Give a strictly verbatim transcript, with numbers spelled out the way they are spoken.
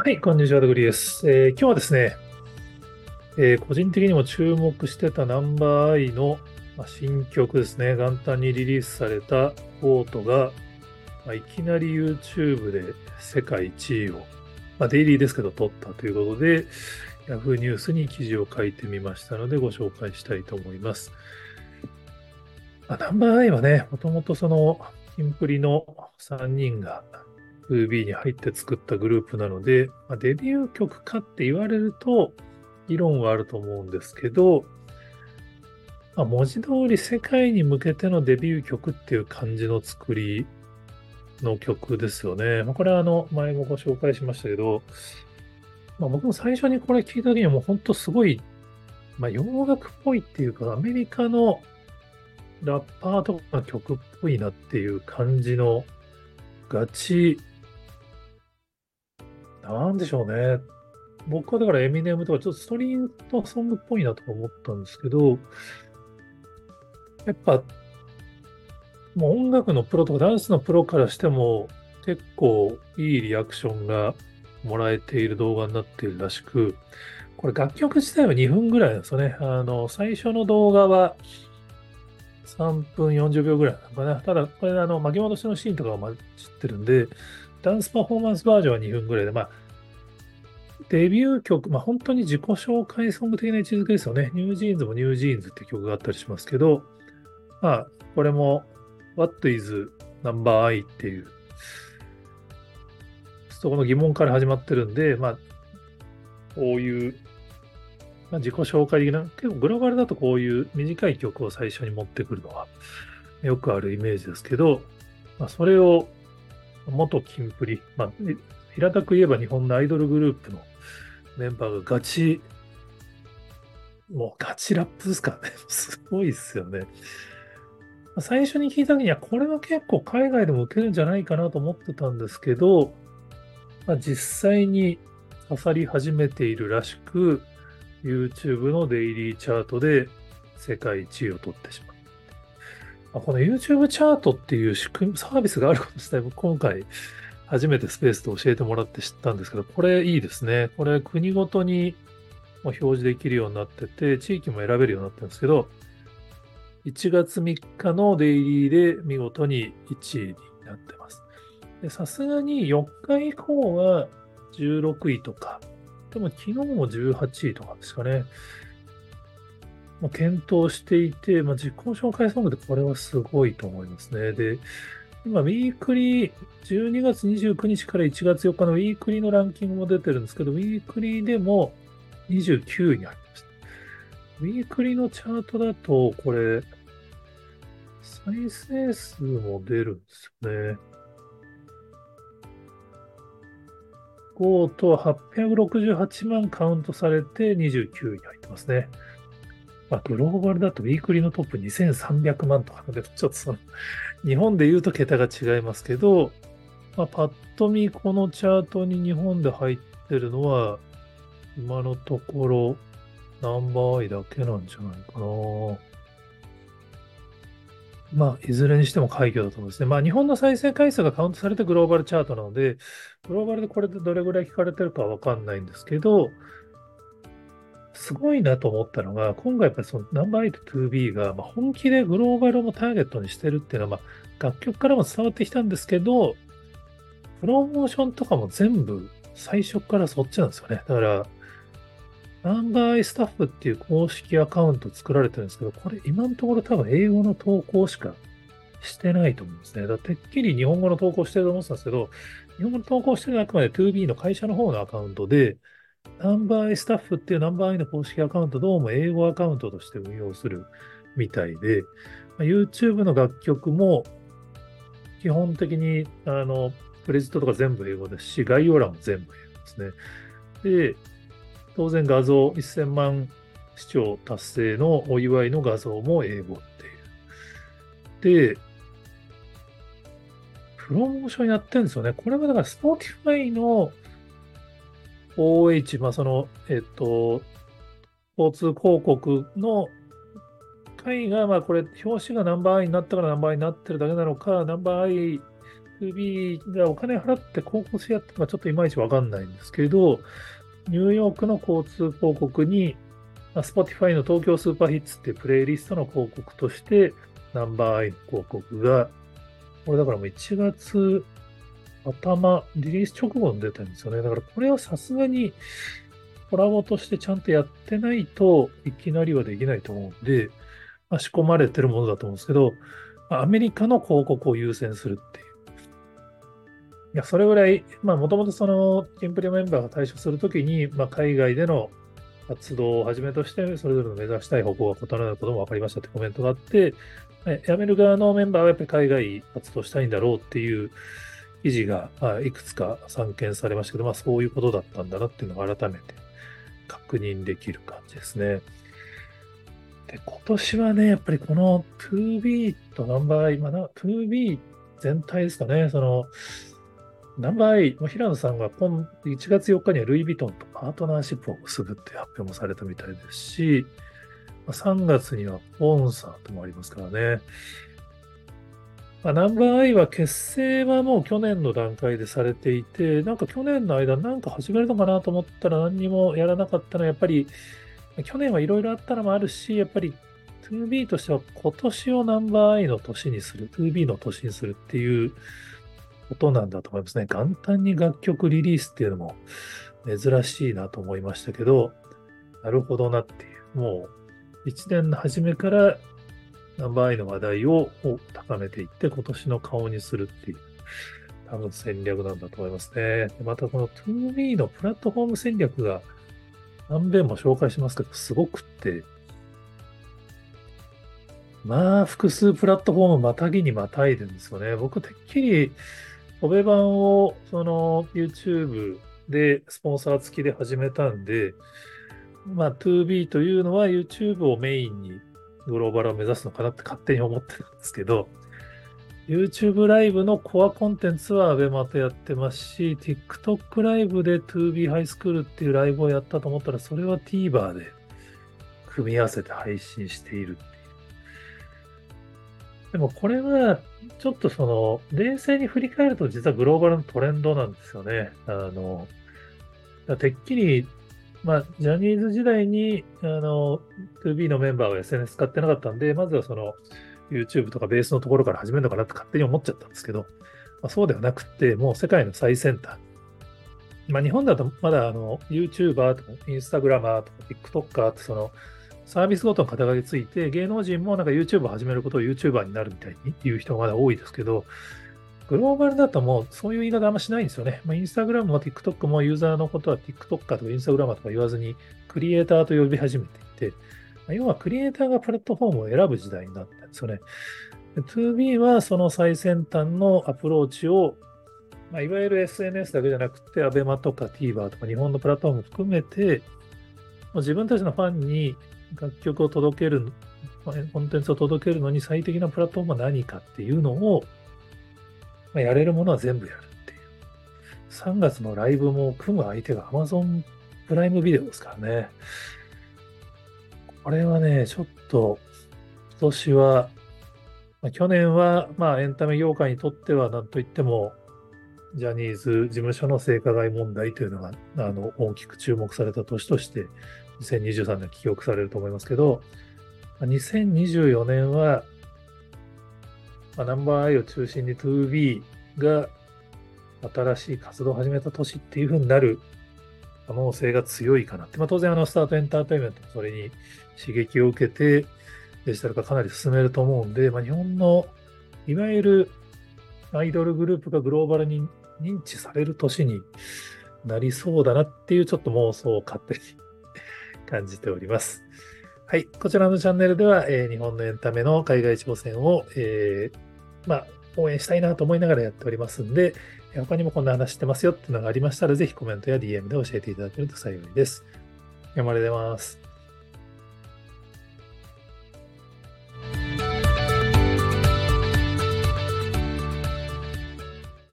はい、こんにちは、ドグリです。えー今日はですね、えー個人的にも注目してたナンバーアイの、まあ、新曲ですね、元旦にリリースされたオートが、まあ、いきなり YouTube で世界一位を、まあ、デイリーですけど、取ったということで、Yahoo ニュースに記事を書いてみましたので、ご紹介したいと思います。まあ、ナンバーアイはね、もともとその、キンプリのさんにんが ツービー に入って作ったグループなので、まあ、デビュー曲かって言われると、議論はあると思うんですけど、まあ、文字通り世界に向けてのデビュー曲っていう感じの作りの曲ですよね。まあ、これはあの前もご紹介しましたけど、まあ、僕も最初にこれ聞いた時にはもう本当すごい、まあ、洋楽っぽいっていうか、アメリカのラッパーとかの曲っぽいなっていう感じのガチ、なんでしょうね。僕はだからエミネムとかちょっとストリートソングっぽいなとか思ったんですけど、やっぱもう音楽のプロとかダンスのプロからしても結構いいリアクションがもらえている動画になっているらしく、これ楽曲自体はにふんぐらいなんですよね。あの、最初の動画はさんぷんよんじゅうびょうぐらいなのかな。ただ、これあの巻き戻しのシーンとかを混じってるんで、ダンスパフォーマンスバージョンはにふんぐらいで、まあ、デビュー曲、まあ本当に自己紹介ソング的な位置づけですよね。ニュージーンズもニュージーンズっていう曲があったりしますけど、まあ、これも What is Number I っていう、そこの疑問から始まってるんで、まあ、こういう、まあ、自己紹介的な、結構グローバルだとこういう短い曲を最初に持ってくるのはよくあるイメージですけど、まあ、それを元キンプリ、まあ、平たく言えば日本のアイドルグループのメンバーがガチ、もうガチラップですからね。すごいですよね。最初に聞いた時には、これは結構海外でも受けるんじゃないかなと思ってたんですけど、まあ、実際に刺さり始めているらしく、YouTube のデイリーチャートで世界一位を取ってしまう。まあこの YouTube チャートっていう仕組み、サービスがあること自体、僕今回初めてスペースで教えてもらって知ったんですけど、これいいですね。これ国ごとにも表示できるようになってて、地域も選べるようになってるんですけど、いちがつみっかのデイリーで見事にいちいになってます。で、さすがによっか以降はじゅうろくいとか、でも昨日もじゅうはちいとかですかね。まあ、検討していて、まあ、自己紹介ソングでこれはすごいと思いますね。で、今、ウィークリー、じゅうにがつにじゅうくにちからいちがつよっかのウィークリーのランキングも出てるんですけど、ウィークリーでもにじゅうきゅういに入りました。ウィークリーのチャートだと、これ、再生数も出るんですよね。ごとはっぴゃくろくじゅうはちまんカウントされてにじゅうきゅういに入ってますね。まあ、グローバルだとウィークリーのトップにせんさんびゃくまんとかで、ちょっとその、日本で言うと桁が違いますけど、まあ、パッと見このチャートに日本で入ってるのは、今のところナンバーアイだけなんじゃないかな。まあ、いずれにしても快挙だと思うんですね。まあ、日本の再生回数がカウントされてグローバルチャートなので、グローバルでこれでどれぐらい聞かれてるかわかんないんですけど、すごいなと思ったのが、今回やっぱりそのナンバーエイト ツービー が、まあ、本気でグローバルもターゲットにしてるっていうのは、まあ、楽曲からも伝わってきたんですけど、プロモーションとかも全部最初からそっちなんですよね。だから、ナンバーアイスタッフっていう公式アカウント作られてるんですけど、これ今のところ多分英語の投稿しかしてないと思うんですね。だからてっきり日本語の投稿してると思ってたんですけど、日本語の投稿してるのはあくまで ツービー の会社の方のアカウントで、ナンバーアイスタッフっていうナンバーアイの公式アカウント、どうも英語アカウントとして運用するみたいで、まあ YouTube の楽曲も基本的にあのクレジットとか全部英語ですし、概要欄も全部英語ですね。で、当然画像せんまん視聴達成のお祝いの画像も英語っていう。で、プロモーションやってるんですよね。これはだから Spotify の オーエイチ、まあその、えっと、交通広告の回が、まあこれ、表紙がナンバーアイになったからナンバーアイになってるだけなのか、ナンバーアイツービー がお金払って広告しやってるのかちょっといまいちわかんないんですけど、ニューヨークの交通広告に、まあ Spotify の東京スーパーヒッツっていうプレイリストの広告として、ナンバーアイの広告が、これだからもういちがつ頭、リリース直後に出たんですよね。だからこれはさすがにコラボとしてちゃんとやってないといきなりはできないと思うんで、まあ、仕込まれてるものだと思うんですけど、まあアメリカの広告を優先するっていう。いや、それぐらい、まあ、もともとその、キンプリメンバーが退所するときに、まあ、海外での活動をはじめとして、それぞれの目指したい方向が異なることも分かりましたってコメントがあって、え辞める側のメンバーはやっぱり海外活動したいんだろうっていう記事がまあいくつか散見されましたけど、まあ、そういうことだったんだなっていうのを改めて確認できる感じですね。で、今年はね、やっぱりこの ツービー とナンバーアイ、まあ、な ツービー 全体ですかね、その、ナンバーアイ、まあ平野さんが今いちがつよっかにはルイ・ヴィトンとパートナーシップを結ぶって発表もされたみたいですし、まあさんがつにはコンサートもありますからね。まあ、ナンバーアイは結成はもう去年の段階でされていて、なんか去年の間なんか始めるのかなと思ったら何にもやらなかったのはやっぱり去年はいろいろあったのもあるし、やっぱり ツービー としては今年をナンバーアイの年にする、ツービー の年にするっていうことなんだと思いますね。元旦に楽曲リリースっていうのも珍しいなと思いましたけど、なるほどなっていう、もういちねんの初めからナンバーアイの話題を高めていって、今年の顔にするっていう、多分戦略なんだと思いますね。またこの ツービー のプラットフォーム戦略が何遍も紹介しますけど、すごくって、まあ、複数プラットフォームまたぎにまたいでるんですよね。僕、てっきり、オベ版を、その、YouTube でスポンサー付きで始めたんで、まあ、ツービー というのは YouTube をメインにグローバルを目指すのかなって勝手に思ってたんですけど、YouTube ライブのコアコンテンツは ABEMA とやってますし、TikTok ライブで ツービー ハイスクールっていうライブをやったと思ったら、それは TVer で組み合わせて配信しているっていう。でもこれは、ちょっとその、冷静に振り返ると実はグローバルのトレンドなんですよね。あの、てっきり、まあ、ジャニーズ時代に、あの、ツービー のメンバーは エスエヌエス 使ってなかったんで、まずはその、YouTube とかベースのところから始めるのかなって勝手に思っちゃったんですけど、まあ、そうではなくて、もう世界の最先端。まあ、日本だとまだあの YouTuber とか Instagrammer とか TikToker ってそのサービスごとの肩書きついて、芸能人もなんか YouTube を始めることを YouTuber になるみたいに言う人がまだ多いですけど、グローバルだともうそういう言い方あんましないんですよね。まあ、Instagram も TikTok もユーザーのことは TikToker とか Instagrammer とか言わずに、クリエイターと呼び始めていて、まあ要はクリエイターがプラットフォームを選ぶ時代になったんですよね。で ツービー はその最先端のアプローチを、まあ、いわゆる エスエヌエス だけじゃなくて、ABEMA とか TVer とか日本のプラットフォームを含めて、もう自分たちのファンに楽曲を届ける、コンテンツを届けるのに最適なプラットフォームは何かっていうのを、まあ、やれるものは全部やるっていう。さんがつのライブも組む相手が Amazon プライムビデオですからね。これはね、ちょっと今年は、まあ、去年はまあエンタメ業界にとっては何といっても、ジャニーズ事務所の性加害問題というのがあの大きく注目された年として、にせんにじゅうさんねん記憶されると思いますけど、にせんにじゅうよねんは、まあ、ナンバーアイを中心に ツービー が新しい活動を始めた年っていう風になる可能性が強いかなって。まあ、当然あのスタートエンターテインメントもそれに刺激を受けてデジタル化かなり進めると思うんで、まあ、日本のいわゆるアイドルグループがグローバルに認知される年になりそうだなっていうちょっと妄想を勝手に感じております。はい。こちらのチャンネルでは、えー、日本のエンタメの海外挑戦を、えー、まあ、応援したいなと思いながらやっておりますんで、他にもこんな話してますよっていうのがありましたら、ぜひコメントや ディーエム で教えていただけると幸いです。頑張れでます。